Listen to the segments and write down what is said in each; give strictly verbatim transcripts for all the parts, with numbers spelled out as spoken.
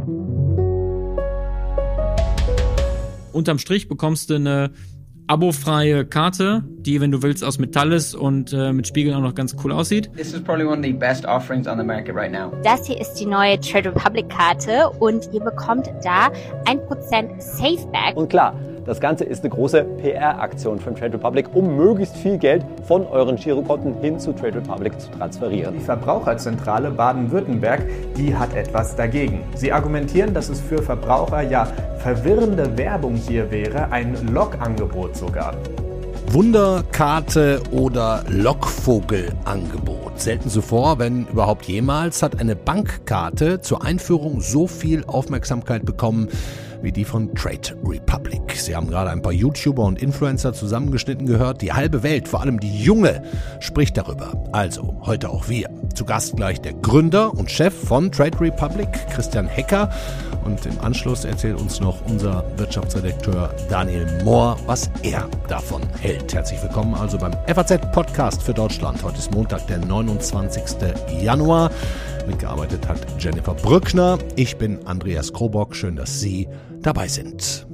Unterm Strich bekommst du eine abofreie Karte, die, wenn du willst, aus Metall ist und äh, mit Spiegeln auch noch ganz cool aussieht. This is probably one of the best offerings on the market right now. Das hier ist die neue Trade Republic Karte und ihr bekommt da ein Prozent Safeback. Und klar, das Ganze ist eine große P R-Aktion von Trade Republic, um möglichst viel Geld von euren Girokonten hin zu Trade Republic zu transferieren. Die Verbraucherzentrale Baden-Württemberg, die hat etwas dagegen. Sie argumentieren, dass es für Verbraucher ja verwirrende Werbung hier wäre, ein Logangebot sogar. Wunderkarte oder Lockvogelangebot. Selten zuvor, wenn überhaupt jemals, hat eine Bankkarte zur Einführung so viel Aufmerksamkeit bekommen wie die von Trade Republic. Sie haben gerade ein paar YouTuber und Influencer zusammengeschnitten gehört. Die halbe Welt, vor allem die Junge, spricht darüber. Also heute auch wir. Zu Gast gleich der Gründer und Chef von Trade Republic, Christian Hecker. Und im Anschluss erzählt uns noch unser Wirtschaftsredakteur Daniel Mohr, was er davon hält. Herzlich willkommen also beim F A Z-Podcast für Deutschland. Heute ist Montag, der neunundzwanzigster Januar. Mitgearbeitet hat Jennifer Brückner. Ich bin Andreas Krobock. Schön, dass Sie dabei sind.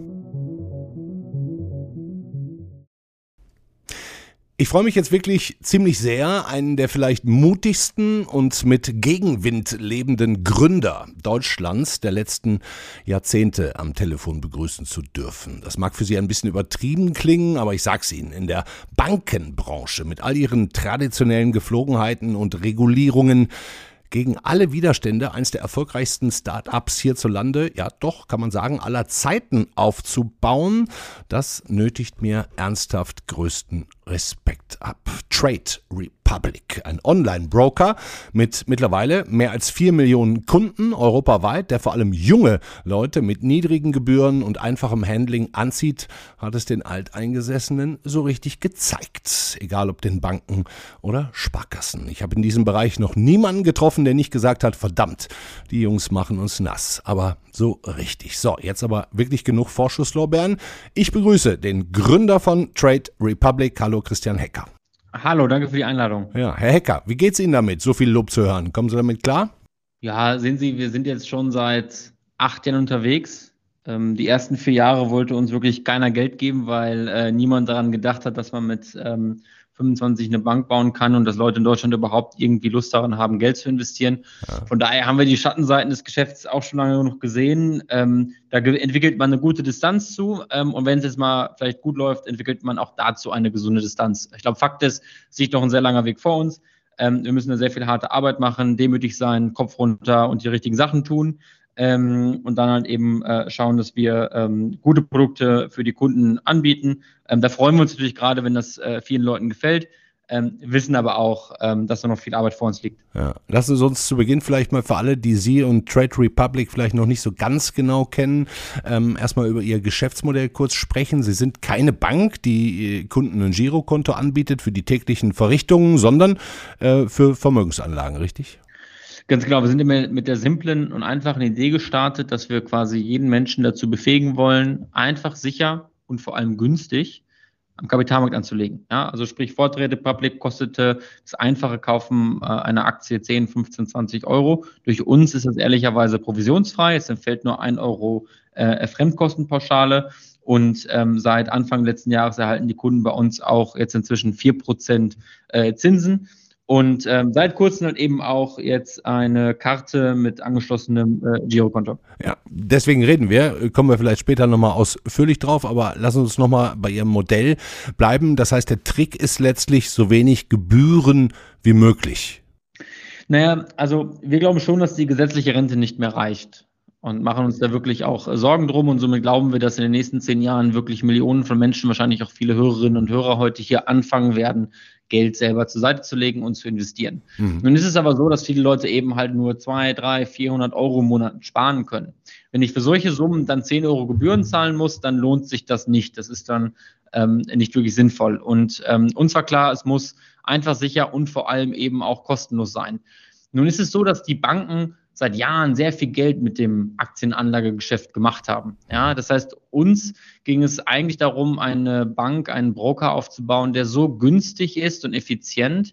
Ich freue mich jetzt wirklich ziemlich sehr, einen der vielleicht mutigsten und mit Gegenwind lebenden Gründer Deutschlands der letzten Jahrzehnte am Telefon begrüßen zu dürfen. Das mag für Sie ein bisschen übertrieben klingen, aber ich sag's Ihnen, in der Bankenbranche mit all ihren traditionellen Geflogenheiten und Regulierungen gegen alle Widerstände eines der erfolgreichsten Start-ups hierzulande, ja doch, kann man sagen, aller Zeiten aufzubauen, das nötigt mir ernsthaft größten Respekt ab. Trade Republic, ein Online-Broker mit mittlerweile mehr als vier Millionen Kunden europaweit, der vor allem junge Leute mit niedrigen Gebühren und einfachem Handling anzieht, hat es den Alteingesessenen so richtig gezeigt. Egal ob den Banken oder Sparkassen. Ich habe in diesem Bereich noch niemanden getroffen, der nicht gesagt hat, verdammt, die Jungs machen uns nass. Aber so richtig. So, jetzt aber wirklich genug Vorschusslorbeeren. Ich begrüße den Gründer von Trade Republic. Hallo Christian Hecker. Hallo, danke für die Einladung. Ja, Herr Hecker, wie geht's Ihnen damit, so viel Lob zu hören? Kommen Sie damit klar? Ja, sehen Sie, wir sind jetzt schon seit acht Jahren unterwegs. Ähm, die ersten vier Jahre wollte uns wirklich keiner Geld geben, weil äh, niemand daran gedacht hat, dass man mit ähm, fünfundzwanzig eine Bank bauen kann und dass Leute in Deutschland überhaupt irgendwie Lust daran haben, Geld zu investieren. Ja. Von daher haben wir die Schattenseiten des Geschäfts auch schon lange genug gesehen. Ähm, da ge- entwickelt man eine gute Distanz zu ähm, und wenn es jetzt mal vielleicht gut läuft, entwickelt man auch dazu eine gesunde Distanz. Ich glaube, Fakt ist, es liegt noch ein sehr langer Weg vor uns. Ähm, wir müssen eine sehr viel harte Arbeit machen, demütig sein, Kopf runter und die richtigen Sachen tun. Ähm, und dann halt eben äh, schauen, dass wir ähm, gute Produkte für die Kunden anbieten. Ähm, da freuen wir uns natürlich gerade, wenn das äh, vielen Leuten gefällt, ähm, wissen aber auch, ähm, dass da noch viel Arbeit vor uns liegt. Ja. Lassen Sie uns zu Beginn vielleicht mal für alle, die Sie und Trade Republic vielleicht noch nicht so ganz genau kennen, ähm, erstmal über Ihr Geschäftsmodell kurz sprechen. Sie sind keine Bank, die Kunden ein Girokonto anbietet für die täglichen Verrichtungen, sondern äh, für Vermögensanlagen, richtig? Ganz genau, wir sind immer mit der simplen und einfachen Idee gestartet, dass wir quasi jeden Menschen dazu befähigen wollen, einfach, sicher und vor allem günstig am Kapitalmarkt anzulegen. Ja, also sprich, vor Trade Republic kostete das einfache Kaufen äh, einer Aktie zehn, fünfzehn, zwanzig Euro. Durch uns ist das ehrlicherweise provisionsfrei. Es entfällt nur ein Euro äh, Fremdkostenpauschale. Und ähm, seit Anfang letzten Jahres erhalten die Kunden bei uns auch jetzt inzwischen vier Prozent äh, Zinsen. Und ähm, seit kurzem halt eben auch jetzt eine Karte mit angeschlossenem äh, Girokonto. Ja, deswegen reden wir, kommen wir vielleicht später nochmal ausführlich drauf, aber lassen uns nochmal bei Ihrem Modell bleiben. Das heißt, der Trick ist letztlich so wenig Gebühren wie möglich. Naja, also wir glauben schon, dass die gesetzliche Rente nicht mehr reicht. Und machen uns da wirklich auch Sorgen drum. Und somit glauben wir, dass in den nächsten zehn Jahren wirklich Millionen von Menschen, wahrscheinlich auch viele Hörerinnen und Hörer heute hier anfangen werden, Geld selber zur Seite zu legen und zu investieren. Mhm. Nun ist es aber so, dass viele Leute eben halt nur zwei, drei, vierhundert Euro im Monat sparen können. Wenn ich für solche Summen dann zehn Euro Gebühren zahlen muss, dann lohnt sich das nicht. Das ist dann ähm, nicht wirklich sinnvoll. Und ähm, uns war klar, es muss einfach, sicher und vor allem eben auch kostenlos sein. Nun ist es so, dass die Banken seit Jahren sehr viel Geld mit dem Aktienanlagegeschäft gemacht haben. Ja, das heißt, uns ging es eigentlich darum, eine Bank, einen Broker aufzubauen, der so günstig ist und effizient,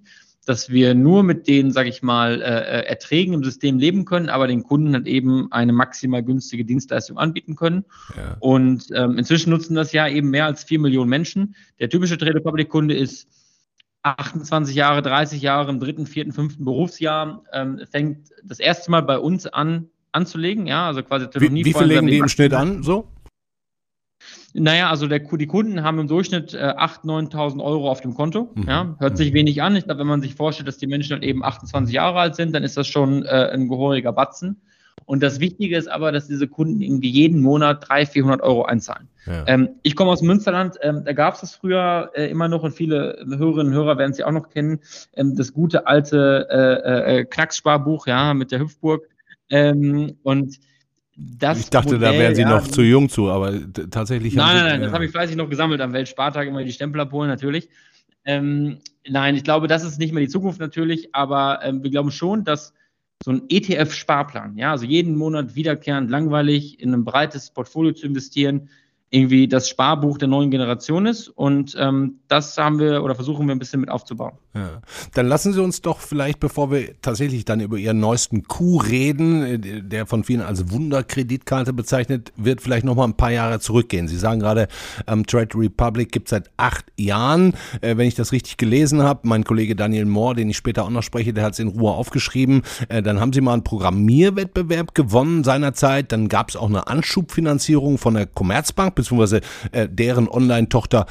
dass wir nur mit den, sage ich mal, äh, Erträgen im System leben können, aber den Kunden halt eben eine maximal günstige Dienstleistung anbieten können. Ja. Und ähm, inzwischen nutzen das ja eben mehr als vier Millionen Menschen. Der typische Trade Republic-Kunde ist achtundzwanzig Jahre, dreißig Jahre im dritten, vierten, fünften Berufsjahr, ähm, fängt das erste Mal bei uns an, anzulegen. Ja, also quasi wie, nie wie viel legen die im Schnitt an? So? Naja, also der, die Kunden haben im Durchschnitt äh, achttausend, neuntausend Euro auf dem Konto. Mhm. Ja, hört sich wenig an. Ich glaube, wenn man sich vorstellt, dass die Menschen halt eben achtundzwanzig Jahre alt sind, dann ist das schon äh, ein gehöriger Batzen. Und das Wichtige ist aber, dass diese Kunden irgendwie jeden Monat dreihundert, vierhundert Euro einzahlen. Ja. Ähm, ich komme aus Münsterland, ähm, da gab es das früher äh, immer noch und viele Hörerinnen und Hörer werden es ja auch noch kennen, ähm, das gute alte äh, äh, Knackssparbuch, ja, mit der Hüpfburg. Ähm, und das ich dachte, Modell, da wären Sie ja, noch zu jung zu, aber tatsächlich... Nein, haben nein, Sie, nein, ja. das habe ich fleißig noch gesammelt am Weltspartag, immer die Stempel abholen natürlich. Ähm, nein, ich glaube, das ist nicht mehr die Zukunft natürlich, aber ähm, wir glauben schon, dass so ein E T F-Sparplan, ja, also jeden Monat wiederkehrend langweilig in ein breites Portfolio zu investieren, irgendwie das Sparbuch der neuen Generation ist und ähm, das haben wir oder versuchen wir ein bisschen mit aufzubauen. Ja. Dann lassen Sie uns doch vielleicht, bevor wir tatsächlich dann über Ihren neuesten Coup reden, der von vielen als Wunderkreditkarte bezeichnet wird, vielleicht noch mal ein paar Jahre zurückgehen. Sie sagen gerade, ähm, Trade Republic gibt es seit acht Jahren. Äh, wenn ich das richtig gelesen habe, mein Kollege Daniel Mohr, den ich später auch noch spreche, der hat es in Ruhe aufgeschrieben. Äh, dann haben Sie mal einen Programmierwettbewerb gewonnen seinerzeit. Dann gab es auch eine Anschubfinanzierung von der Commerzbank, beziehungsweise äh, deren Online-Tochter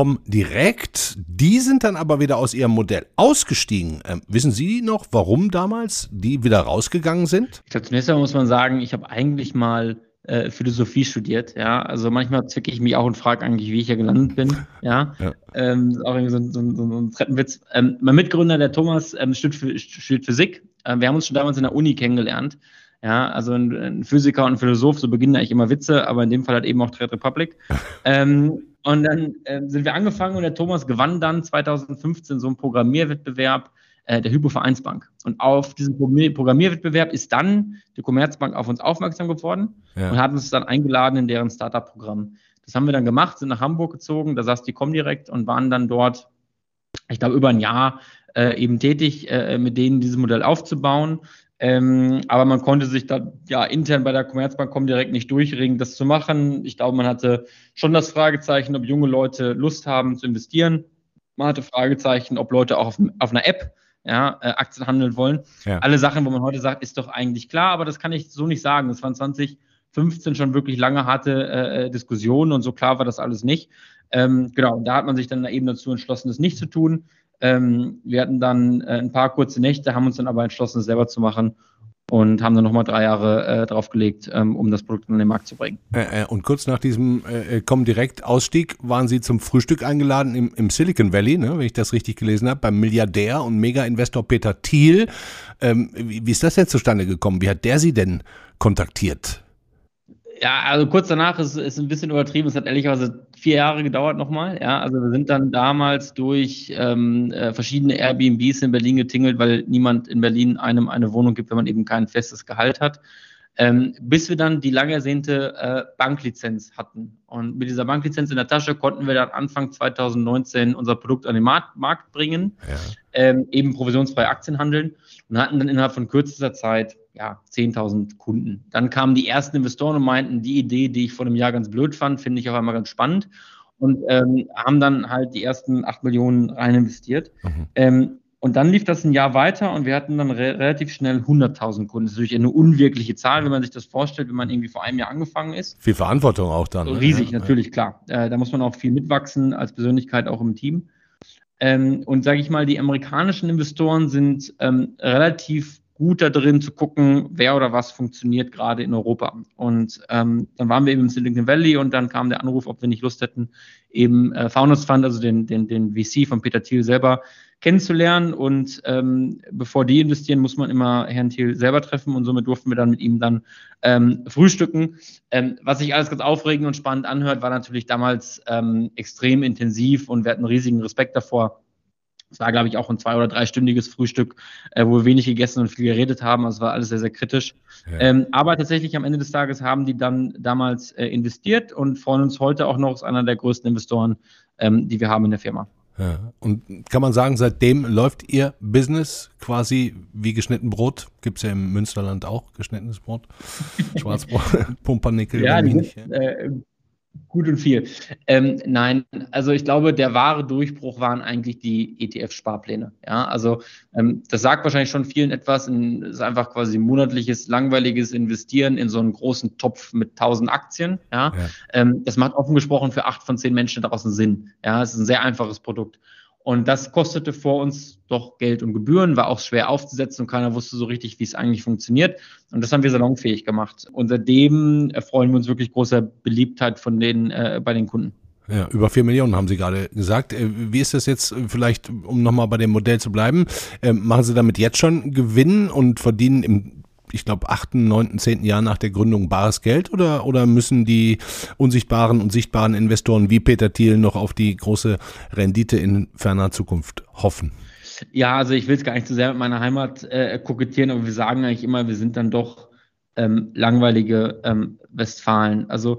Comdirect. Die sind dann aber wieder aus ihrem Modell ausgestiegen. Ähm, wissen Sie noch, warum damals die wieder rausgegangen sind? Ich glaube, zunächst einmal muss man sagen, ich habe eigentlich mal äh, Philosophie studiert. Ja, also manchmal zwicke ich mich auch und frage eigentlich, wie ich hier gelandet bin. Ja, ja. Ähm, ist auch irgendwie so, so, so, so ein Treppenwitz. Ähm, mein Mitgründer, der Thomas, ähm, studiert, studiert Physik. Ähm, wir haben uns schon damals in der Uni kennengelernt. Ja, also ein, ein Physiker und ein Philosoph, so beginnen eigentlich immer Witze, aber in dem Fall halt eben auch Trade Republic. ähm, und dann äh, sind wir angefangen und der Thomas gewann dann zweitausendfünfzehn so einen Programmierwettbewerb äh, der Hypo Vereinsbank. Und auf diesen Programmierwettbewerb ist dann die Commerzbank auf uns aufmerksam geworden ja. und hat uns dann eingeladen in deren Startup-Programm. Das haben wir dann gemacht, sind nach Hamburg gezogen, da saß die Comdirect und waren dann dort, ich glaube, über ein Jahr äh, eben tätig, äh, mit denen dieses Modell aufzubauen. Ähm, aber man konnte sich da ja intern bei der Commerzbank Comdirect nicht durchringen, das zu machen. Ich glaube, man hatte schon das Fragezeichen, ob junge Leute Lust haben zu investieren. Man hatte Fragezeichen, ob Leute auch auf, auf einer App ja, äh, Aktien handeln wollen. Ja. Alle Sachen, wo man heute sagt, ist doch eigentlich klar, aber das kann ich so nicht sagen. Das waren zwanzig fünfzehn schon wirklich lange harte äh, Diskussionen und so klar war das alles nicht. Ähm, genau, und da hat man sich dann eben dazu entschlossen, das nicht zu tun. Ähm, wir hatten dann äh, ein paar kurze Nächte, haben uns dann aber entschlossen, es selber zu machen und haben dann nochmal drei Jahre äh, draufgelegt, ähm, um das Produkt an den Markt zu bringen. Äh, äh, und kurz nach diesem äh, Comdirect-Ausstieg waren Sie zum Frühstück eingeladen im, im Silicon Valley, ne, wenn ich das richtig gelesen habe, beim Milliardär und Mega-Investor Peter Thiel. Ähm, wie, wie ist das denn zustande gekommen? Wie hat der Sie denn kontaktiert? Ja, also kurz danach ist es ein bisschen übertrieben. Es hat ehrlicherweise vier Jahre gedauert nochmal. Ja, also wir sind dann damals durch ähm, äh, verschiedene Airbnbs in Berlin getingelt, weil niemand in Berlin einem eine Wohnung gibt, wenn man eben kein festes Gehalt hat. Ähm, bis wir dann die lang ersehnte äh, Banklizenz hatten. Und mit dieser Banklizenz in der Tasche konnten wir dann Anfang zweitausendneunzehn unser Produkt an den Markt, Markt bringen, ja. ähm, eben provisionsfreie Aktien handeln und hatten dann innerhalb von kürzester Zeit ja, zehntausend Kunden. Dann kamen die ersten Investoren und meinten, die Idee, die ich vor einem Jahr ganz blöd fand, finde ich auf einmal ganz spannend und ähm, haben dann halt die ersten acht Millionen rein investiert. Mhm. Ähm, und dann lief das ein Jahr weiter und wir hatten dann re- relativ schnell hunderttausend Kunden. Das ist natürlich eine unwirkliche Zahl, wenn man sich das vorstellt, wenn man irgendwie vor einem Jahr angefangen ist. Viel Verantwortung auch dann. So riesig, ja, natürlich, ja. klar. Äh, da muss man auch viel mitwachsen als Persönlichkeit, auch im Team. Ähm, und sage ich mal, die amerikanischen Investoren sind ähm, relativ gut da drin zu gucken, wer oder was funktioniert gerade in Europa. Und ähm, dann waren wir eben im Silicon Valley und dann kam der Anruf, ob wir nicht Lust hätten, eben äh, Founders Fund, also den, den, den V C von Peter Thiel selber kennenzulernen. Und ähm, bevor die investieren, muss man immer Herrn Thiel selber treffen und somit durften wir dann mit ihm dann ähm, frühstücken. Ähm, was sich alles ganz aufregend und spannend anhört, war natürlich damals ähm, extrem intensiv und wir hatten riesigen Respekt davor. Es war, glaube ich, auch ein zwei- oder dreistündiges Frühstück, äh, wo wir wenig gegessen und viel geredet haben. Also es war alles sehr, sehr kritisch. Ja. Ähm, aber tatsächlich am Ende des Tages haben die dann damals äh, investiert und freuen uns heute auch noch, ist einer der größten Investoren, ähm, die wir haben in der Firma. Ja. Und kann man sagen, seitdem läuft Ihr Business quasi wie geschnitten Brot? Gibt es ja im Münsterland auch geschnittenes Brot? Schwarzbrot, Pumpernickel, ja, Milch. Äh, gut und viel. Ähm, nein, also ich glaube, der wahre Durchbruch waren eigentlich die E T F-Sparpläne. Ja, also ähm, das sagt wahrscheinlich schon vielen etwas. Es ist einfach quasi monatliches, langweiliges Investieren in so einen großen Topf mit tausend Aktien. Ja, Ja. Ähm, das macht offen gesprochen für acht von zehn Menschen draußen Sinn. Ja, es ist ein sehr einfaches Produkt. Und das kostete vor uns doch Geld und Gebühren, war auch schwer aufzusetzen und keiner wusste so richtig, wie es eigentlich funktioniert. Und das haben wir salonfähig gemacht. Und seitdem erfreuen wir uns wirklich großer Beliebtheit von den, äh, bei den Kunden. Ja, über vier Millionen haben Sie gerade gesagt. Äh, Wie ist das jetzt, äh, vielleicht, um nochmal bei dem Modell zu bleiben, äh, machen Sie damit jetzt schon Gewinn und verdienen im, ich glaube, achten, neunten, zehnten Jahr nach der Gründung bares Geld oder, oder müssen die unsichtbaren und sichtbaren Investoren wie Peter Thiel noch auf die große Rendite in ferner Zukunft hoffen? Ja, also ich will es gar nicht zu sehr mit meiner Heimat äh, kokettieren, aber wir sagen eigentlich immer, wir sind dann doch ähm, langweilige ähm, Westfalen. Also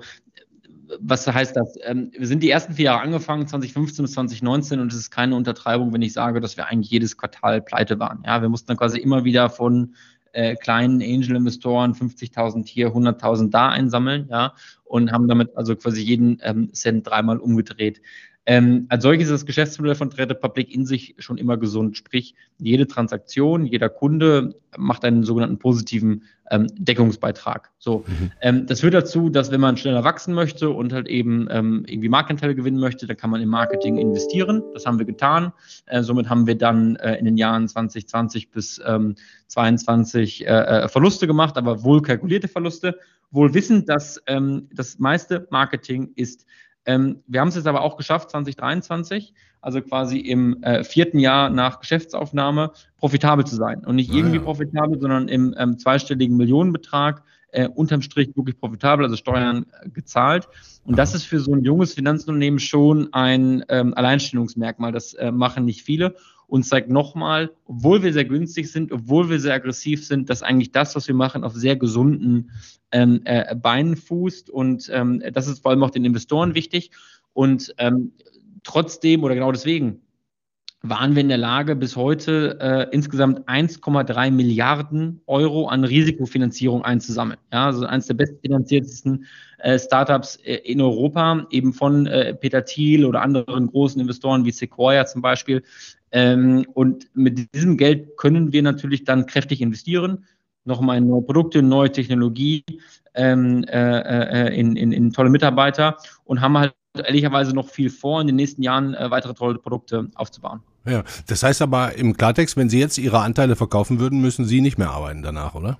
was heißt das? Ähm, wir sind die ersten vier Jahre angefangen, zwanzig fünfzehn bis zwanzig neunzehn, und es ist keine Untertreibung, wenn ich sage, dass wir eigentlich jedes Quartal pleite waren. Ja, wir mussten dann quasi immer wieder von äh, kleinen Angel-Investoren fünfzigtausend hier, hunderttausend da einsammeln, ja, und haben damit also quasi jeden ähm, Cent dreimal umgedreht. Ähm, als solches ist das Geschäftsmodell von Trade Republic in sich schon immer gesund. Sprich, jede Transaktion, jeder Kunde macht einen sogenannten positiven ähm, Deckungsbeitrag. So, Mhm. ähm, das führt dazu, dass wenn man schneller wachsen möchte und halt eben ähm, irgendwie Marktanteile gewinnen möchte, dann kann man im Marketing investieren. Das haben wir getan. Äh, somit haben wir dann äh, in den Jahren zwanzig zwanzig bis ähm, zweiundzwanzig äh, äh, Verluste gemacht, aber wohl kalkulierte Verluste. Wohl wissend, dass ähm, das meiste Marketing ist. Ähm, wir haben es jetzt aber auch geschafft, zwanzig dreiundzwanzig, also quasi im äh, vierten Jahr nach Geschäftsaufnahme, profitabel zu sein. Und nicht Ah, irgendwie ja. profitabel, sondern im ähm, zweistelligen Millionenbetrag, äh, unterm Strich wirklich profitabel, also Steuern äh, gezahlt. Und das ist für so ein junges Finanzunternehmen schon ein ähm, Alleinstellungsmerkmal. Das äh, machen nicht viele und zeigt nochmal, obwohl wir sehr günstig sind, obwohl wir sehr aggressiv sind, dass eigentlich das, was wir machen, auf sehr gesunden ähm, äh, Beinen fußt. Und ähm, das ist vor allem auch den Investoren wichtig. Und ähm, trotzdem oder genau deswegen waren wir in der Lage, bis heute äh, insgesamt eins Komma drei Milliarden Euro an Risikofinanzierung einzusammeln. Ja, also eines der bestfinanziertesten äh, Startups äh, in Europa, eben von äh, Peter Thiel oder anderen großen Investoren wie Sequoia zum Beispiel. Ähm, und mit diesem Geld können wir natürlich dann kräftig investieren, nochmal in neue Produkte, neue Technologie, ähm, äh, äh, in, in, in tolle Mitarbeiter und haben halt ehrlicherweise noch viel vor, in den nächsten Jahren äh, weitere tolle Produkte aufzubauen. Ja, das heißt aber im Klartext, wenn Sie jetzt Ihre Anteile verkaufen würden, müssen Sie nicht mehr arbeiten danach, oder?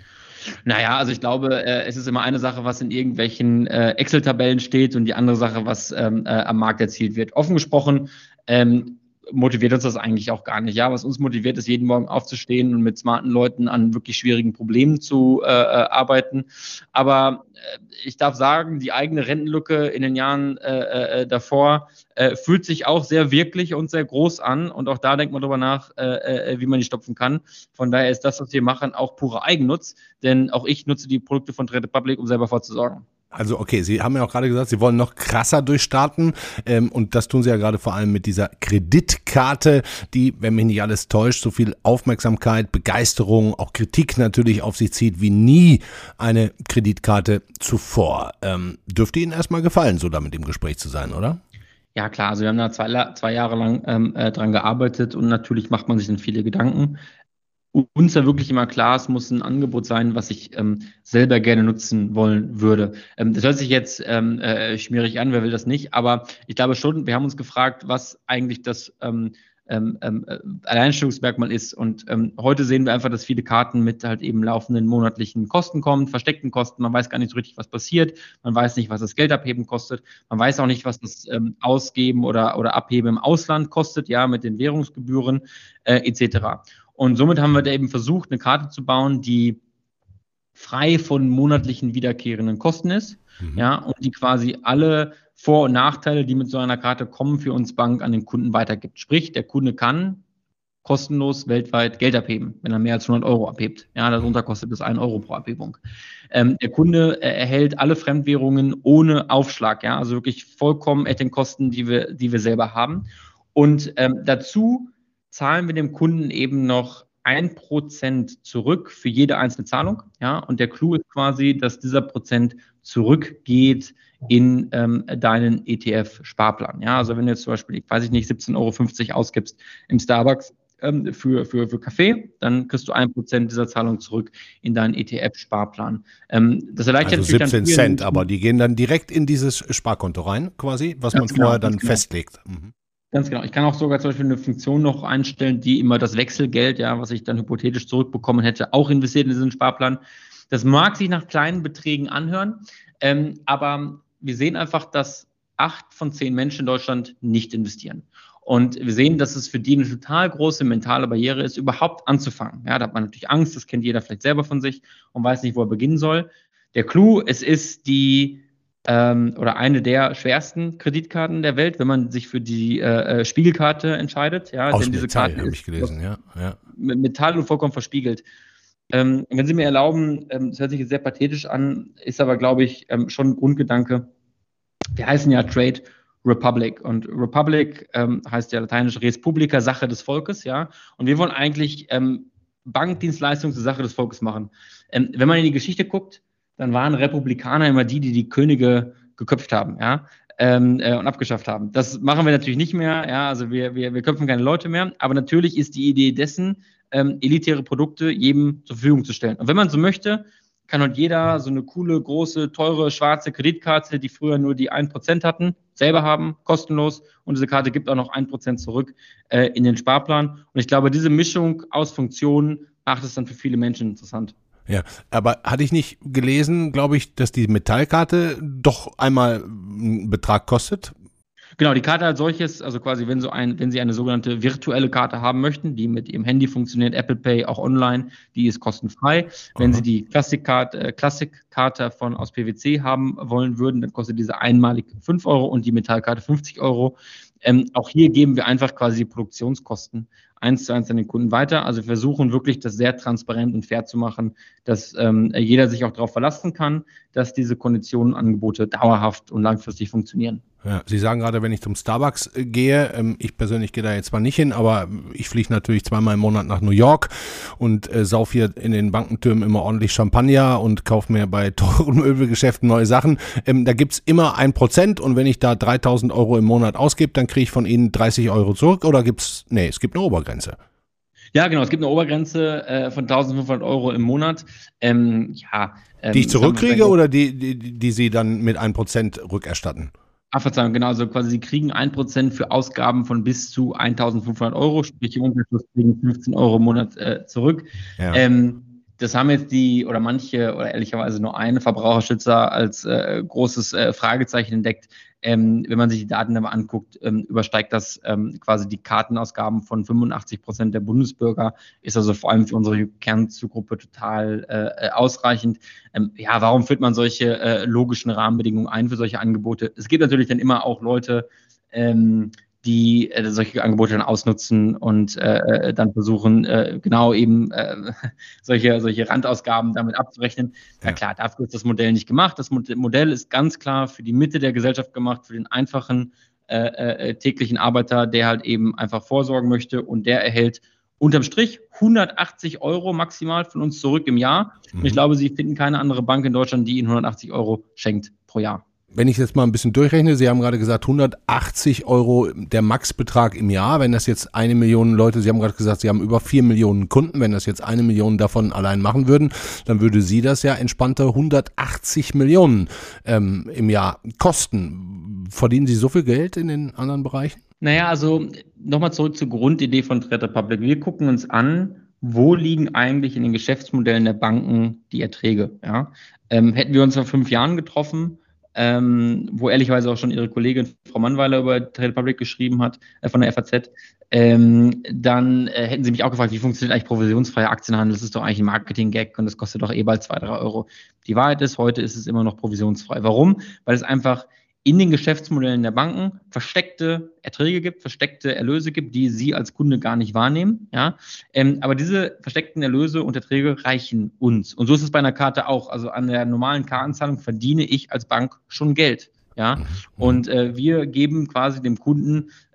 Naja, also ich glaube, äh, es ist immer eine Sache, was in irgendwelchen äh, Excel-Tabellen steht und die andere Sache, was ähm, äh, am Markt erzielt wird. Offen gesprochen, ähm, motiviert uns das eigentlich auch gar nicht. Ja, was uns motiviert, ist jeden Morgen aufzustehen und mit smarten Leuten an wirklich schwierigen Problemen zu äh, arbeiten. Aber äh, ich darf sagen, die eigene Rentenlücke in den Jahren äh, äh, davor äh, fühlt sich auch sehr wirklich und sehr groß an. Und auch da denkt man drüber nach, äh, äh, wie man die stopfen kann. Von daher ist das, was wir machen, auch purer Eigennutz. Denn auch ich nutze die Produkte von Trade Republic, um selber vorzusorgen. Also okay, Sie haben ja auch gerade gesagt, Sie wollen noch krasser durchstarten ähm, und das tun Sie ja gerade vor allem mit dieser Kreditkarte, die, wenn mich nicht alles täuscht, so viel Aufmerksamkeit, Begeisterung, auch Kritik natürlich auf sich zieht wie nie eine Kreditkarte zuvor. Ähm, dürfte Ihnen erstmal gefallen, so damit im Gespräch zu sein, oder? Ja klar, also wir haben da zwei, zwei Jahre lang ähm, äh, dran gearbeitet und natürlich macht man sich dann viele Gedanken. Uns ja wirklich immer klar, es muss ein Angebot sein, was ich ähm, selber gerne nutzen wollen würde. Ähm, das hört sich jetzt ähm, äh, schmierig an, wer will das nicht, aber ich glaube schon, wir haben uns gefragt, was eigentlich das ähm, ähm, äh, Alleinstellungsmerkmal ist. Und ähm, heute sehen wir einfach, dass viele Karten mit halt eben laufenden monatlichen Kosten kommen, versteckten Kosten. Man weiß gar nicht so richtig, was passiert. Man weiß nicht, was das Geld abheben kostet. Man weiß auch nicht, was das ähm, Ausgeben oder, oder Abheben im Ausland kostet, ja, mit den Währungsgebühren äh, et cetera. Und somit haben wir da eben versucht, eine Karte zu bauen, die frei von monatlichen wiederkehrenden Kosten ist, mhm. ja, und die quasi alle Vor- und Nachteile, die mit so einer Karte kommen, für uns Bank an den Kunden weitergibt. Sprich, der Kunde kann kostenlos weltweit Geld abheben, wenn er mehr als hundert Euro abhebt. Ja, darunter kostet es ein Euro pro Abhebung. Ähm, der Kunde äh, erhält alle Fremdwährungen ohne Aufschlag, ja, also wirklich vollkommen at den Kosten, die wir, die wir selber haben. Und ähm, dazu zahlen wir dem Kunden eben noch ein Prozent zurück für jede einzelne Zahlung. Ja? Und der Clou ist quasi, dass dieser Prozent zurückgeht in ähm, deinen E T F-Sparplan. Ja? Also wenn du jetzt zum Beispiel, ich weiß ich nicht, siebzehn Euro fünfzig ausgibst im Starbucks ähm, für, für, für Kaffee, dann kriegst du ein Prozent dieser Zahlung zurück in deinen E T F-Sparplan. Ähm, das erleichtert also siebzehn dann Cent, aber die gehen dann direkt in dieses Sparkonto rein, quasi, was man genau, vorher dann genau. festlegt. Mhm. Ganz genau. Ich kann auch sogar zum Beispiel eine Funktion noch einstellen, die immer das Wechselgeld, ja, was ich dann hypothetisch zurückbekommen hätte, auch investiert in diesen Sparplan. Das mag sich nach kleinen Beträgen anhören, ähm, aber wir sehen einfach, dass acht von zehn Menschen in Deutschland nicht investieren. Und wir sehen, dass es für die eine total große mentale Barriere ist, überhaupt anzufangen. Ja, da hat man natürlich Angst, das kennt jeder vielleicht selber von sich und weiß nicht, wo er beginnen soll. Der Clou, es ist die ähm, oder eine der schwersten Kreditkarten der Welt, wenn man sich für die äh, Spiegelkarte entscheidet. Ja, Aus denn diese Metall, Karte habe ist ich gelesen, ja. ja. mit Metall und vollkommen verspiegelt. Ähm, wenn Sie mir erlauben, ähm, das hört sich jetzt sehr pathetisch an, ist aber, glaube ich, ähm, schon ein Grundgedanke. Wir heißen ja Trade Republic und Republic ähm, heißt ja lateinisch Res Publica, Sache des Volkes, ja. Und wir wollen eigentlich ähm, Bankdienstleistungen zur Sache des Volkes machen. Ähm, wenn man in die Geschichte guckt, dann waren Republikaner immer die, die die Könige geköpft haben, ja, ähm, äh, und abgeschafft haben. Das machen wir natürlich nicht mehr, ja, also wir, wir, wir köpfen keine Leute mehr, aber natürlich ist die Idee dessen, ähm, elitäre Produkte jedem zur Verfügung zu stellen. Und wenn man so möchte, kann halt jeder so eine coole, große, teure, schwarze Kreditkarte, die früher nur die ein Prozent hatten, selber haben, kostenlos. Und diese Karte gibt auch noch ein Prozent zurück äh, in den Sparplan. Und ich glaube, diese Mischung aus Funktionen macht es dann für viele Menschen interessant. Ja, aber hatte ich nicht gelesen, glaube ich, dass die Metallkarte doch einmal einen Betrag kostet? Genau, die Karte als solches, also quasi, wenn, so ein, wenn Sie eine sogenannte virtuelle Karte haben möchten, die mit Ihrem Handy funktioniert, Apple Pay auch online, die ist kostenfrei. Wenn Aha. Sie die Klassikkarte äh, Klassikkarte von aus P V C haben wollen würden, dann kostet diese einmalig fünf Euro und die Metallkarte fünfzig Euro. Ähm, auch hier geben wir einfach quasi die Produktionskosten eins zu eins an den Kunden weiter. Also wir versuchen wirklich, das sehr transparent und fair zu machen, dass ähm, jeder sich auch darauf verlassen kann, dass diese Konditionen und Angebote dauerhaft und langfristig funktionieren. Ja, Sie sagen gerade, wenn ich zum Starbucks äh, gehe, ähm, ich persönlich gehe da jetzt zwar nicht hin, aber ich fliege natürlich zweimal im Monat nach New York und äh, sauf hier in den Bankentürmen immer ordentlich Champagner und kaufe mir bei teuren Möbelgeschäften neue Sachen. Ähm, da gibt's immer ein Prozent und wenn ich da dreitausend Euro im Monat ausgebe, dann kriege ich von Ihnen dreißig Euro zurück oder gibt's, nee, es gibt eine Obergrenze. Ja, genau. Es gibt eine Obergrenze äh, von eintausendfünfhundert Euro im Monat. Ähm, ja, ähm, Die ich zurückkriege oder die, die, die Sie dann mit ein Prozent rückerstatten? Ach, Verzeihung, genau. Also quasi Sie kriegen ein Prozent für Ausgaben von bis zu eintausendfünfhundert Euro, sprich im Umkehrschluss kriegen fünfzehn Euro im Monat äh, zurück. Ja. Ähm, das haben jetzt die oder manche oder ehrlicherweise nur eine Verbraucherschützer als äh, großes äh, Fragezeichen entdeckt. Ähm, wenn man sich die Daten aber anguckt, ähm, übersteigt das ähm, quasi die Kartenausgaben von fünfundachtzig Prozent der Bundesbürger, ist also vor allem für unsere Kernzielgruppe total äh, ausreichend. Ähm, ja, warum führt man solche äh, logischen Rahmenbedingungen ein für solche Angebote? Es gibt natürlich dann immer auch Leute, ähm, die äh, solche Angebote dann ausnutzen und äh, dann versuchen, äh, genau eben äh, solche, solche Randausgaben damit abzurechnen. Ja. Na klar, dafür ist das Modell nicht gemacht. Das Modell ist ganz klar für die Mitte der Gesellschaft gemacht, für den einfachen äh, äh, täglichen Arbeiter, der halt eben einfach vorsorgen möchte und der erhält unterm Strich hundertachtzig Euro maximal von uns zurück im Jahr. Mhm. Und ich glaube, Sie finden keine andere Bank in Deutschland, die Ihnen hundertachtzig Euro schenkt pro Jahr. Wenn ich jetzt mal ein bisschen durchrechne, Sie haben gerade gesagt, hundertachtzig Euro der Maxbetrag im Jahr. Wenn das jetzt eine Million Leute, Sie haben gerade gesagt, Sie haben über vier Millionen Kunden. Wenn das jetzt eine Million davon allein machen würden, dann würde Sie das ja entspannte hundertachtzig Millionen ähm, im Jahr kosten. Verdienen Sie so viel Geld in den anderen Bereichen? Naja, also nochmal zurück zur Grundidee von Trade Republic. Wir gucken uns an, wo liegen eigentlich in den Geschäftsmodellen der Banken die Erträge? Ja? Ähm, hätten wir uns vor fünf Jahren getroffen, Ähm, wo ehrlicherweise auch schon Ihre Kollegin Frau Mannweiler über Trade Republic geschrieben hat, äh, von der F A Z, ähm, dann äh, hätten Sie mich auch gefragt, wie funktioniert eigentlich provisionsfreier Aktienhandel? Das ist doch eigentlich ein Marketing-Gag und das kostet doch eh bald zwei, drei Euro. Die Wahrheit ist, heute ist es immer noch provisionsfrei. Warum? Weil es einfach in den Geschäftsmodellen der Banken versteckte Erträge gibt, versteckte Erlöse gibt, die Sie als Kunde gar nicht wahrnehmen. Ja? Ähm, aber diese versteckten Erlöse und Erträge reichen uns. Und so ist es bei einer Karte auch. Also an der normalen Kartenzahlung verdiene ich als Bank schon Geld. Ja? Und äh, wir geben quasi dem Kunden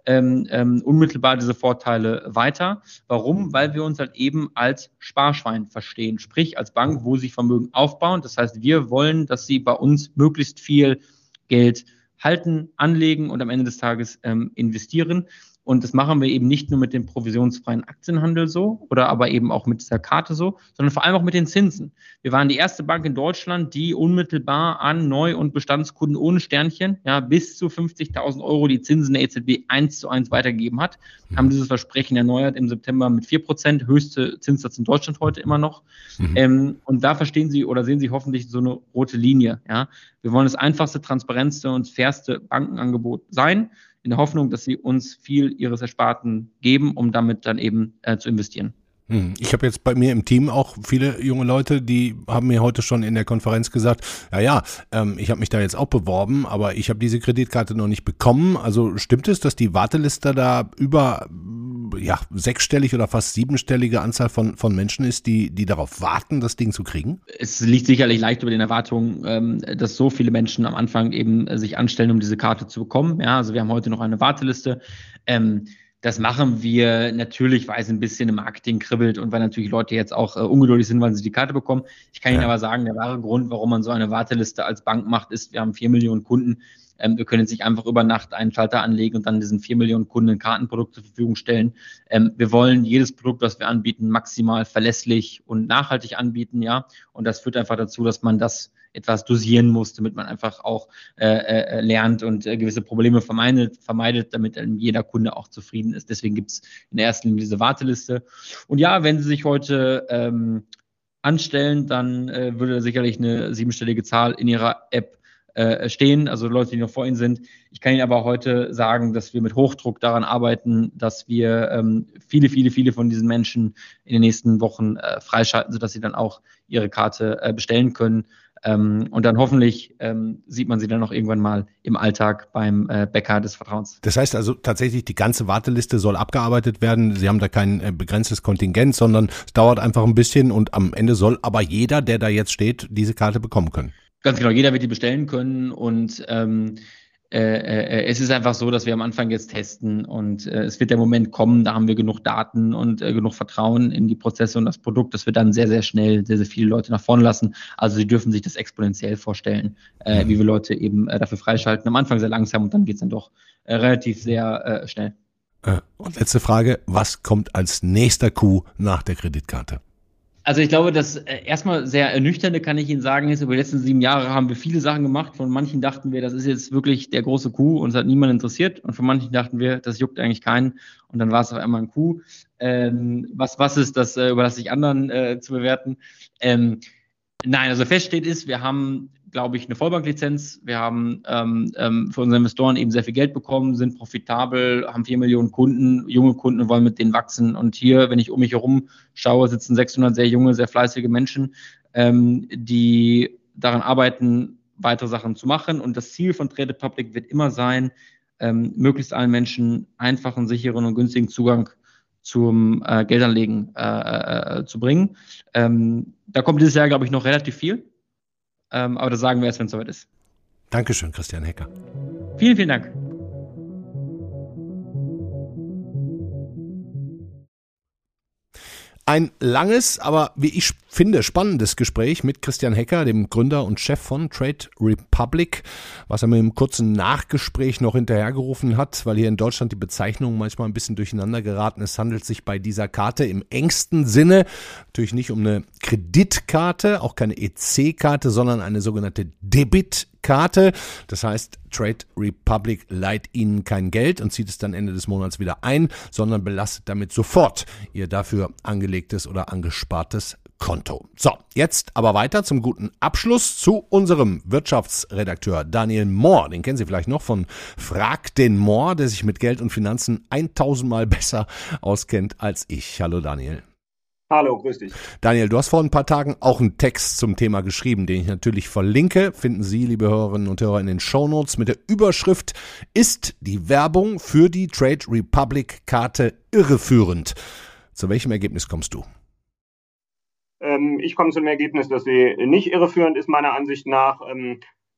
ähm, ähm, unmittelbar diese Vorteile weiter. Warum? Weil wir uns halt eben als Sparschwein verstehen, sprich als Bank, wo sie Vermögen aufbauen. Das heißt, wir wollen, dass sie bei uns möglichst viel Geld halten, anlegen und am Ende des Tages ähm, investieren. Und das machen wir eben nicht nur mit dem provisionsfreien Aktienhandel so oder aber eben auch mit dieser Karte so, sondern vor allem auch mit den Zinsen. Wir waren die erste Bank in Deutschland, die unmittelbar an Neu- und Bestandskunden ohne Sternchen ja bis zu fünfzigtausend Euro die Zinsen der E Z B eins zu eins weitergegeben hat. Haben dieses Versprechen erneuert im September mit vier Prozent, höchste Zinssatz in Deutschland heute immer noch. Mhm. Ähm, und da verstehen Sie oder sehen Sie hoffentlich so eine rote Linie. Ja? Wir wollen das einfachste, transparenteste und fairste Bankenangebot sein, in der Hoffnung, dass sie uns viel ihres Ersparten geben, um damit dann eben äh, zu investieren. Ich habe jetzt bei mir im Team auch viele junge Leute, die haben mir heute schon in der Konferenz gesagt, ja, ja, ähm, ich habe mich da jetzt auch beworben, aber ich habe diese Kreditkarte noch nicht bekommen. Also stimmt es, dass die Warteliste da über ja, sechsstellig oder fast siebenstellige Anzahl von, von Menschen ist, die, die darauf warten, das Ding zu kriegen? Es liegt sicherlich leicht über den Erwartungen, ähm, dass so viele Menschen am Anfang eben äh, sich anstellen, um diese Karte zu bekommen. Ja, also wir haben heute noch eine Warteliste. Ähm, Das machen wir natürlich, weil es ein bisschen im Marketing kribbelt und weil natürlich Leute jetzt auch äh, ungeduldig sind, weil sie die Karte bekommen. Ich kann ja. Ihnen aber sagen, der wahre Grund, warum man so eine Warteliste als Bank macht, ist, wir haben vier Millionen Kunden. Ähm, wir können jetzt nicht einfach über Nacht einen Schalter anlegen und dann diesen vier Millionen Kunden ein Kartenprodukt zur Verfügung stellen. Ähm, wir wollen jedes Produkt, was wir anbieten, maximal verlässlich und nachhaltig anbieten, ja. Und das führt einfach dazu, dass man das etwas dosieren muss, damit man einfach auch äh, äh, lernt und äh, gewisse Probleme vermeidet, vermeidet, damit äh, jeder Kunde auch zufrieden ist. Deswegen gibt es in der ersten Linie diese Warteliste. Und ja, wenn Sie sich heute ähm, anstellen, dann äh, würde sicherlich eine siebenstellige Zahl in Ihrer App äh, stehen, also Leute, die noch vor Ihnen sind. Ich kann Ihnen aber heute sagen, dass wir mit Hochdruck daran arbeiten, dass wir ähm, viele, viele, viele von diesen Menschen in den nächsten Wochen äh, freischalten, sodass sie dann auch ihre Karte äh, bestellen können. Ähm, und dann hoffentlich ähm, sieht man sie dann auch irgendwann mal im Alltag beim äh, Bäcker des Vertrauens. Das heißt also tatsächlich, die ganze Warteliste soll abgearbeitet werden. Sie haben da kein äh, begrenztes Kontingent, sondern es dauert einfach ein bisschen und am Ende soll aber jeder, der da jetzt steht, diese Karte bekommen können. Ganz genau, jeder wird die bestellen können und ähm, Äh, äh, es ist einfach so, dass wir am Anfang jetzt testen und äh, es wird der Moment kommen, da haben wir genug Daten und äh, genug Vertrauen in die Prozesse und das Produkt, das wir dann sehr, sehr schnell sehr, sehr viele Leute nach vorne lassen. Also Sie dürfen sich das exponentiell vorstellen, äh, wie wir Leute eben äh, dafür freischalten. Am Anfang sehr langsam und dann geht's dann doch äh, relativ sehr äh, schnell. Und letzte Frage, was kommt als nächster Coup nach der Kreditkarte? Also ich glaube, das äh, erstmal sehr ernüchternde kann ich Ihnen sagen, ist, über die letzten sieben Jahre haben wir viele Sachen gemacht. Von manchen dachten wir, das ist jetzt wirklich der große Coup und es hat niemand interessiert. Und von manchen dachten wir, das juckt eigentlich keinen. Und dann war es auf einmal ein Coup. Ähm, was, was ist das, äh, überlasse ich anderen äh, zu bewerten. Ähm, nein, also feststeht ist, wir haben, glaube ich, eine Vollbanklizenz. Wir haben ähm, ähm, für unsere Investoren eben sehr viel Geld bekommen, sind profitabel, haben vier Millionen Kunden, junge Kunden, wollen mit denen wachsen. Und hier, wenn ich um mich herum schaue, sitzen sechshundert sehr junge, sehr fleißige Menschen, ähm, die daran arbeiten, weitere Sachen zu machen. Und das Ziel von Trade Republic wird immer sein, ähm, möglichst allen Menschen einfachen, sicheren und günstigen Zugang zum äh, Geldanlegen äh, äh, zu bringen. Ähm, da kommt dieses Jahr, glaube ich, noch relativ viel. Ähm, aber das sagen wir erst, wenn es soweit ist. Dankeschön, Christian Hecker. Vielen, vielen Dank. Ein langes, aber wie ich finde, spannendes Gespräch mit Christian Hecker, dem Gründer und Chef von Trade Republic, was er mir im kurzen Nachgespräch noch hinterhergerufen hat, weil hier in Deutschland die Bezeichnung manchmal ein bisschen durcheinander geraten ist. Es handelt sich bei dieser Karte im engsten Sinne natürlich nicht um eine Kreditkarte, auch keine E C-Karte, sondern eine sogenannte Debitkarte. Das heißt, Trade Republic leiht Ihnen kein Geld und zieht es dann Ende des Monats wieder ein, sondern belastet damit sofort Ihr dafür angelegtes oder angespartes Konto. So, jetzt aber weiter zum guten Abschluss zu unserem Wirtschaftsredakteur Daniel Mohr. Den kennen Sie vielleicht noch von Frag den Mohr, der sich mit Geld und Finanzen tausendmal besser auskennt als ich. Hallo Daniel. Hallo, grüß dich. Daniel, du hast vor ein paar Tagen auch einen Text zum Thema geschrieben, den ich natürlich verlinke. Finden Sie, liebe Hörerinnen und Hörer, in den Shownotes mit der Überschrift: Ist die Werbung für die Trade Republic Karte irreführend? Zu welchem Ergebnis kommst du? Ähm, ich komme zum Ergebnis, dass sie nicht irreführend ist, meiner Ansicht nach. Ähm,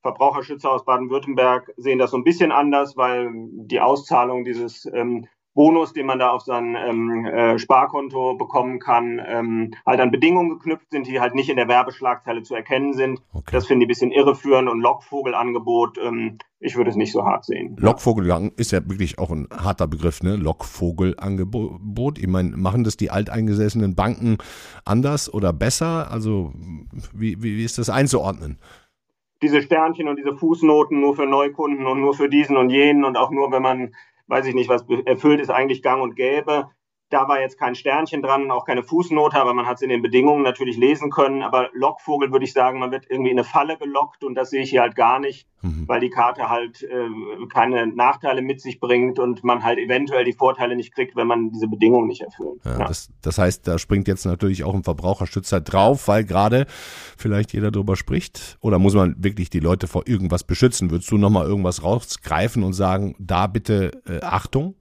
Verbraucherschützer aus Baden-Württemberg sehen das so ein bisschen anders, weil die Auszahlung dieses ähm, Bonus, den man da auf sein ähm, äh, Sparkonto bekommen kann, ähm, halt an Bedingungen geknüpft sind, die halt nicht in der Werbeschlagzeile zu erkennen sind. Okay. Das finde ich ein bisschen irreführend und Lockvogelangebot, ähm, ich würde es nicht so hart sehen. Lockvogel ist ja wirklich auch ein harter Begriff, ne? Lockvogelangebot. Ich meine, machen das die alteingesessenen Banken anders oder besser? Also wie, wie, wie ist das einzuordnen? Diese Sternchen und diese Fußnoten nur für Neukunden und nur für diesen und jenen und auch nur, wenn man, weiß ich nicht, was erfüllt ist, eigentlich gang und gäbe. Da war jetzt kein Sternchen dran, auch keine Fußnote, aber man hat es in den Bedingungen natürlich lesen können. Aber Lockvogel würde ich sagen, man wird irgendwie in eine Falle gelockt und das sehe ich hier halt gar nicht, mhm. weil die Karte halt äh, keine Nachteile mit sich bringt und man halt eventuell die Vorteile nicht kriegt, wenn man diese Bedingungen nicht erfüllt. Ja, ja. Das, das heißt, da springt jetzt natürlich auch ein Verbraucherschützer drauf, weil gerade vielleicht jeder drüber spricht. Oder muss man wirklich die Leute vor irgendwas beschützen? Würdest du nochmal irgendwas rausgreifen und sagen, da bitte äh, Achtung?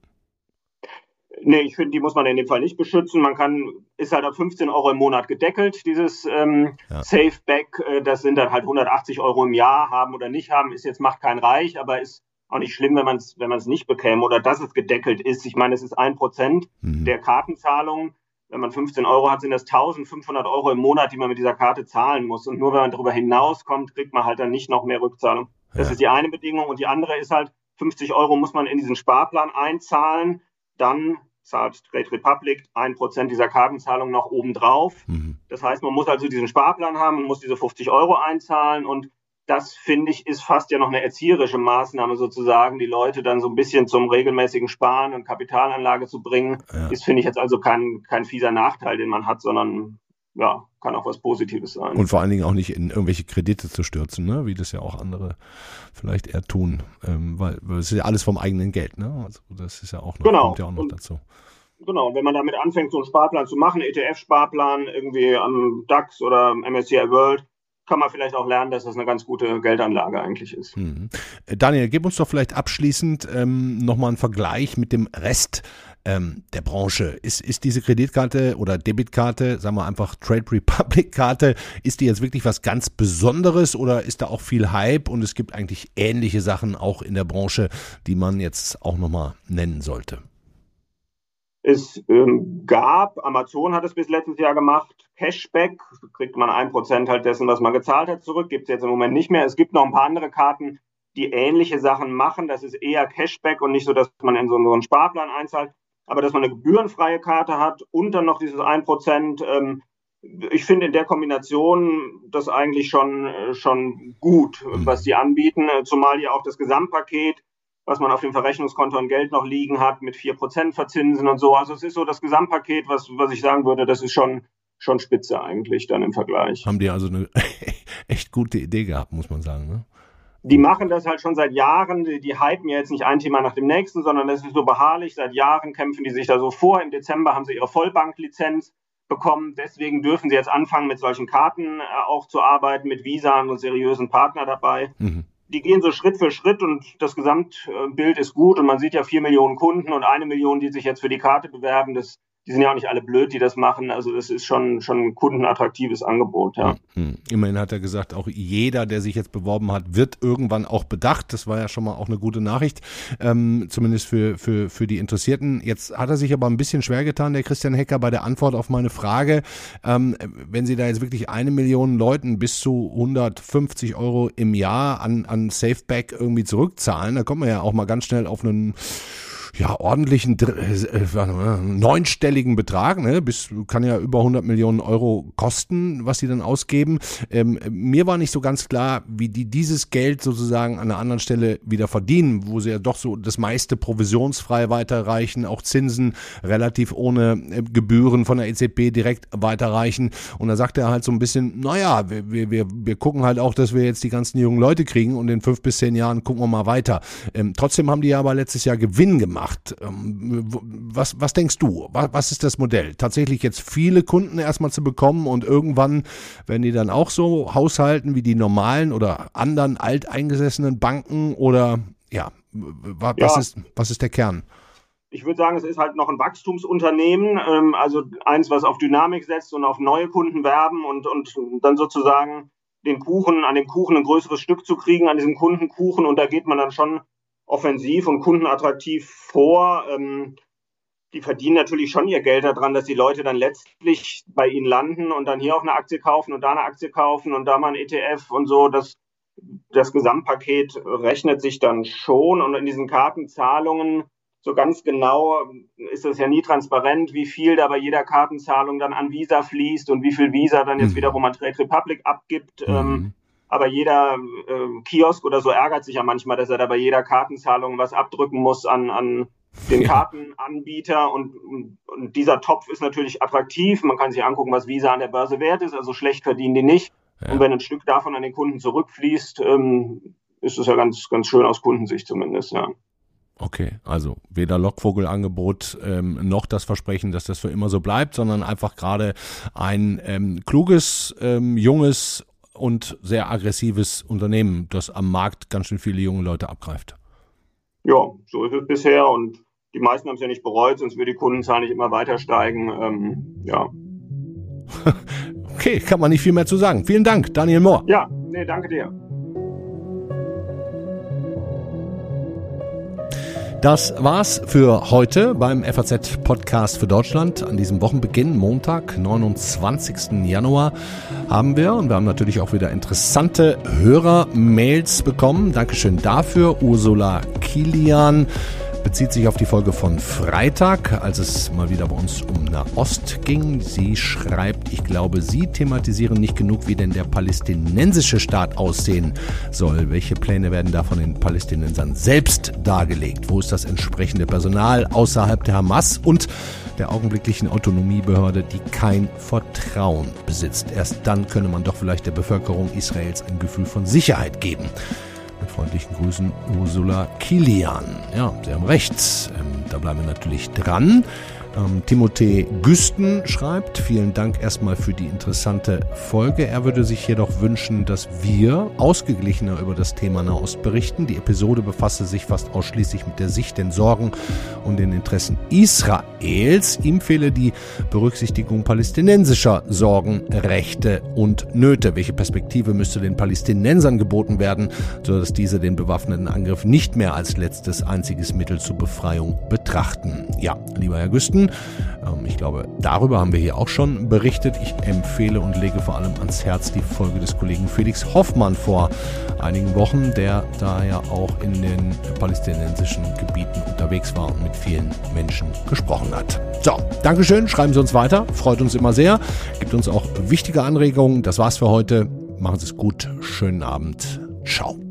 Nee, ich finde, die muss man in dem Fall nicht beschützen. Man kann, ist halt auf fünfzehn Euro im Monat gedeckelt, dieses ähm, ja. Safeback. Äh, das sind dann halt hundertachtzig Euro im Jahr, haben oder nicht haben. Ist jetzt, macht kein reich, aber ist auch nicht schlimm, wenn man es wenn man es nicht bekäme oder dass es gedeckelt ist. Ich meine, es ist ein Prozent mhm. der Kartenzahlung. Wenn man fünfzehn Euro hat, sind das eintausendfünfhundert Euro im Monat, die man mit dieser Karte zahlen muss. Und nur wenn man darüber hinauskommt, kriegt man halt dann nicht noch mehr Rückzahlung. Das ja. ist die eine Bedingung. Und die andere ist halt, fünfzig Euro muss man in diesen Sparplan einzahlen. Dann zahlt Trade Republic ein Prozent dieser Kartenzahlung noch obendrauf. Mhm. Das heißt, man muss also diesen Sparplan haben und muss diese fünfzig Euro einzahlen. Und das, finde ich, ist fast ja noch eine erzieherische Maßnahme sozusagen, die Leute dann so ein bisschen zum regelmäßigen Sparen und Kapitalanlage zu bringen. Ja. Ist, finde ich, jetzt also kein, kein fieser Nachteil, den man hat, sondern ja, kann auch was Positives sein. Und vor allen Dingen auch nicht in irgendwelche Kredite zu stürzen, ne? Wie das ja auch andere vielleicht eher tun, ähm, weil es ist ja alles vom eigenen Geld, ne? Also das ist ja auch noch, genau. kommt ja auch noch und, dazu. Genau, und wenn man damit anfängt, so einen Sparplan zu machen, E T F-Sparplan irgendwie am DAX oder am M S C I World, kann man vielleicht auch lernen, dass das eine ganz gute Geldanlage eigentlich ist. Mhm. Daniel, gib uns doch vielleicht abschließend ähm, nochmal einen Vergleich mit dem Rest ähm, der Branche. Ist, ist diese Kreditkarte oder Debitkarte, sagen wir einfach Trade Republic Karte, ist die jetzt wirklich was ganz Besonderes oder ist da auch viel Hype und es gibt eigentlich ähnliche Sachen auch in der Branche, die man jetzt auch nochmal nennen sollte? Es ähm, gab, Amazon hat es bis letztes Jahr gemacht, Cashback, kriegt man ein Prozent halt dessen, was man gezahlt hat, zurück, gibt es jetzt im Moment nicht mehr. Es gibt noch ein paar andere Karten, die ähnliche Sachen machen, das ist eher Cashback und nicht so, dass man in so einen Sparplan einzahlt, aber dass man eine gebührenfreie Karte hat und dann noch dieses ein Prozent, ähm, ich finde in der Kombination das eigentlich schon, äh, schon gut, was die anbieten, zumal ja auch das Gesamtpaket, was man auf dem Verrechnungskonto an Geld noch liegen hat, mit vier Prozent Verzinsen und so. Also es ist so das Gesamtpaket, was, was ich sagen würde, das ist schon, schon spitze eigentlich dann im Vergleich. Haben die also eine echt gute Idee gehabt, muss man sagen, ne? Die machen das halt schon seit Jahren, die, die hypen ja jetzt nicht ein Thema nach dem nächsten, sondern das ist so beharrlich, seit Jahren kämpfen die sich da so vor. Im Dezember haben sie ihre Vollbanklizenz bekommen, deswegen dürfen sie jetzt anfangen, mit solchen Karten äh, auch zu arbeiten, mit Visa und seriösen Partner dabei. Mhm. Die gehen so Schritt für Schritt und das Gesamtbild ist gut und man sieht ja vier Millionen Kunden und eine Million, die sich jetzt für die Karte bewerben, das, die sind ja auch nicht alle blöd, die das machen, also das ist schon, schon ein kundenattraktives Angebot, ja. Hm. Immerhin hat er gesagt, auch jeder, der sich jetzt beworben hat, wird irgendwann auch bedacht, das war ja schon mal auch eine gute Nachricht, ähm, zumindest für, für, für die Interessierten. Jetzt hat er sich aber ein bisschen schwer getan, der Christian Hecker, bei der Antwort auf meine Frage, ähm, wenn Sie da jetzt wirklich eine Million Leuten bis zu hundertfünfzig Euro im Jahr an, an Safeback irgendwie zurückzahlen, da kommt man ja auch mal ganz schnell auf einen ja, ordentlichen äh, neunstelligen Betrag, ne, bis kann ja über hundert Millionen Euro kosten, was sie dann ausgeben. Ähm, mir war nicht so ganz klar, wie die dieses Geld sozusagen an einer anderen Stelle wieder verdienen, wo sie ja doch so das meiste provisionsfrei weiterreichen, auch Zinsen relativ ohne äh, Gebühren von der E Z B direkt weiterreichen. Und da sagt er halt so ein bisschen, naja, wir, wir, wir gucken halt auch, dass wir jetzt die ganzen jungen Leute kriegen und in fünf bis zehn Jahren gucken wir mal weiter. Ähm, trotzdem haben die ja aber letztes Jahr Gewinn gemacht. Was, was denkst du? Was, was ist das Modell? Tatsächlich jetzt viele Kunden erstmal zu bekommen und irgendwann werden die dann auch so haushalten wie die normalen oder anderen alteingesessenen Banken oder ja, was, ja. ist, was ist der Kern? Ich würde sagen, es ist halt noch ein Wachstumsunternehmen, ähm, also eins, was auf Dynamik setzt und auf neue Kunden werben und, und dann sozusagen den Kuchen, an dem Kuchen ein größeres Stück zu kriegen, an diesem Kundenkuchen. Und da geht man dann schon offensiv und kundenattraktiv vor. Ähm, die verdienen natürlich schon ihr Geld daran, dass die Leute dann letztlich bei ihnen landen und dann hier auch eine Aktie kaufen und da eine Aktie kaufen und da mal ein E T F und so. Das, das Gesamtpaket rechnet sich dann schon. Und in diesen Kartenzahlungen, so ganz genau ist es ja nie transparent, wie viel da bei jeder Kartenzahlung dann an Visa fließt und wie viel Visa dann jetzt mhm. wiederum an Trade Republic abgibt. Mhm. Ähm, aber jeder äh, Kiosk oder so ärgert sich ja manchmal, dass er da bei jeder Kartenzahlung was abdrücken muss an, an den Kartenanbieter. Und, und, und dieser Topf ist natürlich attraktiv. Man kann sich angucken, was Visa an der Börse wert ist. Also schlecht verdienen die nicht. Ja. Und wenn ein Stück davon an den Kunden zurückfließt, ähm, ist es ja ganz, ganz schön aus Kundensicht zumindest, ja. Okay, also weder Lockvogelangebot ähm, noch das Versprechen, dass das für immer so bleibt, sondern einfach gerade ein ähm, kluges, ähm, junges und sehr aggressives Unternehmen, das am Markt ganz schön viele junge Leute abgreift. Ja, so ist es bisher und die meisten haben es ja nicht bereut, sonst würde die Kundenzahl nicht immer weiter steigen. Ähm, ja. Okay, kann man nicht viel mehr zu sagen. Vielen Dank, Daniel Mohr. Ja, nee, danke dir. Das war's für heute beim F A Z-Podcast für Deutschland. An diesem Wochenbeginn, Montag, neunundzwanzigsten Januar, haben wir, und wir haben natürlich auch wieder interessante Hörer-Mails bekommen. Dankeschön dafür. Ursula Kilian bezieht sich auf die Folge von Freitag, als es mal wieder bei uns um Nahost ging. Sie schreibt, ich glaube, Sie thematisieren nicht genug, wie denn der palästinensische Staat aussehen soll. Welche Pläne werden da von den Palästinensern selbst dargelegt? Wo ist das entsprechende Personal außerhalb der Hamas und der augenblicklichen Autonomiebehörde, die kein Vertrauen besitzt? Erst dann könne man doch vielleicht der Bevölkerung Israels ein Gefühl von Sicherheit geben. Mit freundlichen Grüßen, Ursula Kilian. Ja, Sie haben recht. Ähm, da bleiben wir natürlich dran. Ähm, Timothée Güsten schreibt, vielen Dank erstmal für die interessante Folge. Er würde sich jedoch wünschen, dass wir ausgeglichener über das Thema Nahost berichten. Die Episode befasste sich fast ausschließlich mit der Sicht, den Sorgen und den Interessen Israels. Ihm fehle die Berücksichtigung palästinensischer Sorgen, Rechte und Nöte. Welche Perspektive müsste den Palästinensern geboten werden, sodass diese den bewaffneten Angriff nicht mehr als letztes einziges Mittel zur Befreiung betrachten? Ja, lieber Herr Güsten, ich glaube, darüber haben wir hier auch schon berichtet. Ich empfehle und lege vor allem ans Herz die Folge des Kollegen Felix Hoffmann vor einigen Wochen, der da ja auch in den palästinensischen Gebieten unterwegs war und mit vielen Menschen gesprochen hat. So, Dankeschön, schreiben Sie uns weiter, freut uns immer sehr, gibt uns auch wichtige Anregungen. Das war's für heute. Machen Sie es gut, schönen Abend, ciao.